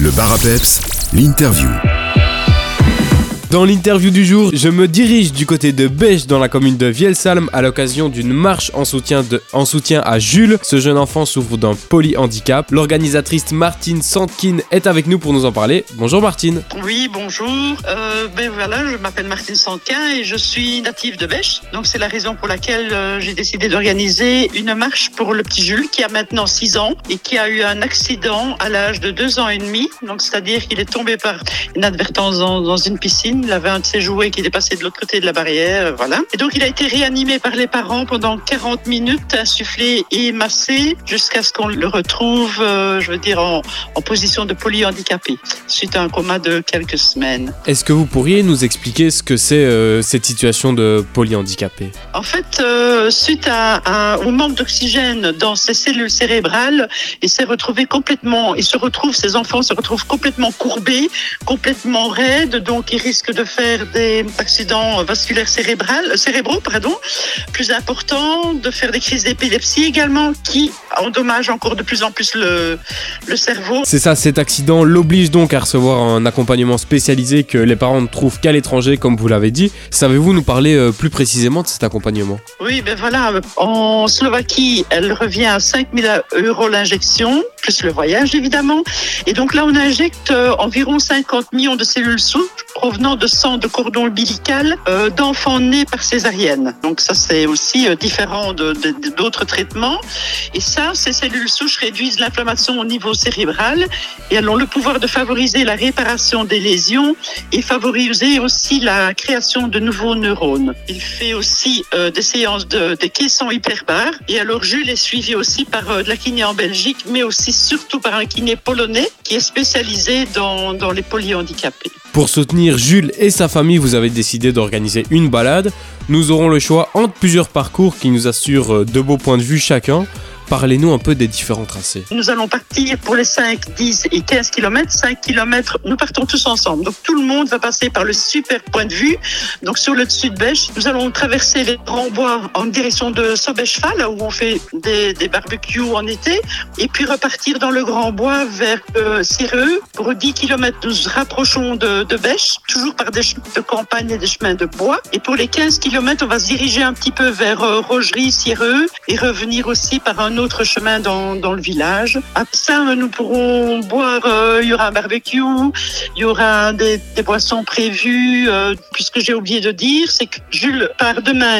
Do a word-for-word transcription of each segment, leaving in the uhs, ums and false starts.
Le Bar à Peps, l'interview. Dans l'interview du jour, je me dirige du côté de Bèche dans la commune de Vielsalm à l'occasion d'une marche en soutien, de, en soutien à Jules. Ce jeune enfant souffre d'un polyhandicap. L'organisatrice Martine Sandkin est avec nous pour nous en parler. Bonjour Martine. Oui, bonjour. Euh, ben voilà, je m'appelle Martine Sandkin et je suis native de Bèche. Donc c'est la raison pour laquelle euh, j'ai décidé d'organiser une marche pour le petit Jules qui a maintenant six ans et qui a eu un accident à l'âge de deux ans et demi. Donc c'est-à-dire qu'il est tombé par inadvertance dans, dans une piscine. Il avait un de ses jouets qui était passé de l'autre côté de la barrière, euh, voilà. Et donc il a été réanimé par les parents pendant quarante minutes, insufflé et massé, jusqu'à ce qu'on le retrouve, euh, je veux dire, en, en position de polyhandicapé, suite à un coma de quelques semaines. Est-ce que vous pourriez nous expliquer ce que c'est euh, cette situation de polyhandicapé ? En fait, euh, suite à, à, au manque d'oxygène dans ses cellules cérébrales, il s'est retrouvé complètement, il se retrouve, ces enfants se retrouvent complètement courbés, complètement raides, donc ils risquent de faire des accidents vasculaires cérébrales, cérébraux, pardon, plus importants, de faire des crises d'épilepsie également, qui endommagent encore de plus en plus le, le cerveau. C'est ça, cet accident l'oblige donc à recevoir un accompagnement spécialisé que les parents ne trouvent qu'à l'étranger, comme vous l'avez dit. Savez-vous nous parler euh, plus précisément de cet accompagnement ? Oui, ben voilà, en Slovaquie, elle revient à cinq mille euros l'injection, plus le voyage évidemment. Et donc là, on injecte euh, environ cinquante millions de cellules souches provenant de sang de cordon ombilical euh, d'enfants nés par césarienne. Donc ça, c'est aussi euh, différent de, de, de, d'autres traitements. Et ça, ces cellules souches réduisent l'inflammation au niveau cérébral et elles ont le pouvoir de favoriser la réparation des lésions et favoriser aussi la création de nouveaux neurones. Il fait aussi euh, des séances de, de caissons hyperbares. Et alors, Jules est suivi aussi par euh, de la kiné en Belgique, mais aussi surtout par un kiné polonais qui est spécialisé dans, dans les polyhandicapés. Pour soutenir Jules et sa famille, vous avez décidé d'organiser une balade. Nous aurons le choix entre plusieurs parcours qui nous assurent de beaux points de vue chacun. Parlez-nous un peu des différents tracés. Nous allons partir pour les cinq, dix et quinze kilomètres. cinq kilomètres, nous partons tous ensemble. Donc tout le monde va passer par le super point de vue. Donc sur le dessus de Bèche, nous allons traverser les grands bois en direction de Sobèchefal, là où on fait des, des barbecues en été. Et puis repartir dans le grand bois vers euh, Sireux. Pour dix kilomètres, nous nous rapprochons de, de Bèche, toujours par des chemins de campagne et des chemins de bois. Et pour les quinze kilomètres, on va se diriger un petit peu vers euh, Rogerie, Sireux et revenir aussi par un autre chemin dans, dans le village. Après ça, nous pourrons boire, euh, il y aura un barbecue, il y aura des, des boissons prévues. Euh, puisque j'ai oublié de dire, c'est que Jules part demain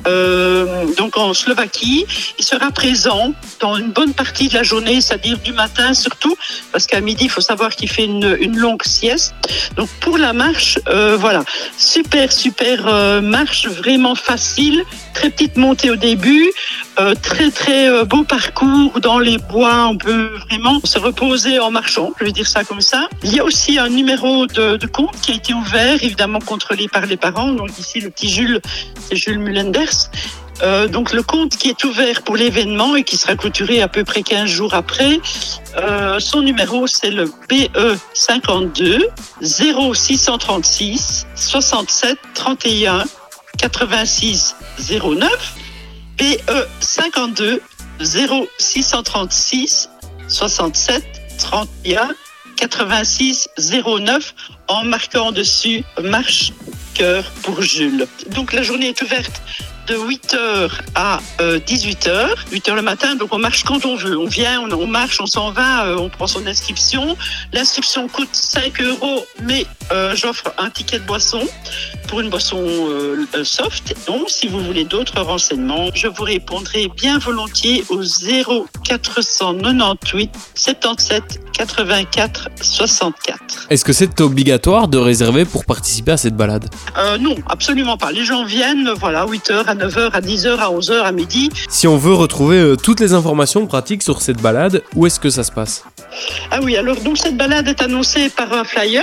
euh, donc en Slovaquie. Il sera présent dans une bonne partie de la journée, c'est-à-dire du matin surtout, parce qu'à midi, il faut savoir qu'il fait une, une longue sieste. Donc pour la marche, euh, voilà, super, super euh, marche, vraiment facile, très petite montée au début, euh, très, très euh, beau parcours dans les bois, on peut vraiment se reposer en marchant, je vais dire ça comme ça. Il y a aussi un numéro de, de compte qui a été ouvert, évidemment contrôlé par les parents. Donc ici, le petit Jules, c'est Jules Mullenders. Euh, donc le compte qui est ouvert pour l'événement et qui sera clôturé à peu près quinze jours après, euh, son numéro c'est le B E cinquante-deux zéro six cent trente-six soixante-sept trente et un quatre-vingt-six zéro neuf. B E cinquante-deux zéro six cent trente-six soixante-sept trente et un quatre-vingt-six zéro neuf en marquant dessus marche cœur pour Jules. Donc la journée est ouverte de huit heures à dix-huit heures, huit heures le matin, donc on marche quand on veut. On vient, on, on marche, on s'en va, euh, on prend son inscription. L'inscription coûte cinq euros, mais euh, j'offre un ticket de boisson pour une boisson euh, soft. Donc, si vous voulez d'autres renseignements, je vous répondrai bien volontiers au zéro quatre cent quatre-vingt-huit soixante-dix-sept quatre-vingt-quatre soixante-quatre. Est-ce que c'est obligatoire de réserver pour participer à cette balade ? euh, Non, absolument pas. Les gens viennent, voilà, huit heures, à neuf heures, à dix heures, à onze heures, à midi. Si on veut retrouver euh, toutes les informations pratiques sur cette balade, où est-ce que ça se passe ? Ah oui, alors donc cette balade est annoncée par un flyers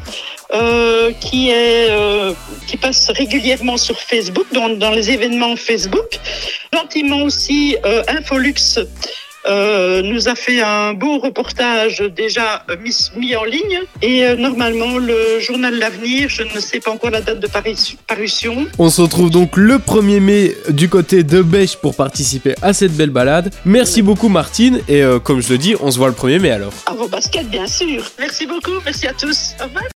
euh, qui est euh, qui passe régulièrement sur Facebook, dans, dans les événements Facebook. Gentiment aussi, euh, Infolux euh, nous a fait un beau reportage déjà euh, mis, mis en ligne. Et euh, normalement, le journal L'Avenir, je ne sais pas encore la date de paru- parution. On se retrouve donc le premier mai du côté de Bèche pour participer à cette belle balade. Merci beaucoup Martine et euh, comme je le dis, on se voit le premier mai alors. À vos baskets, bien sûr. Merci beaucoup, merci à tous. Au revoir.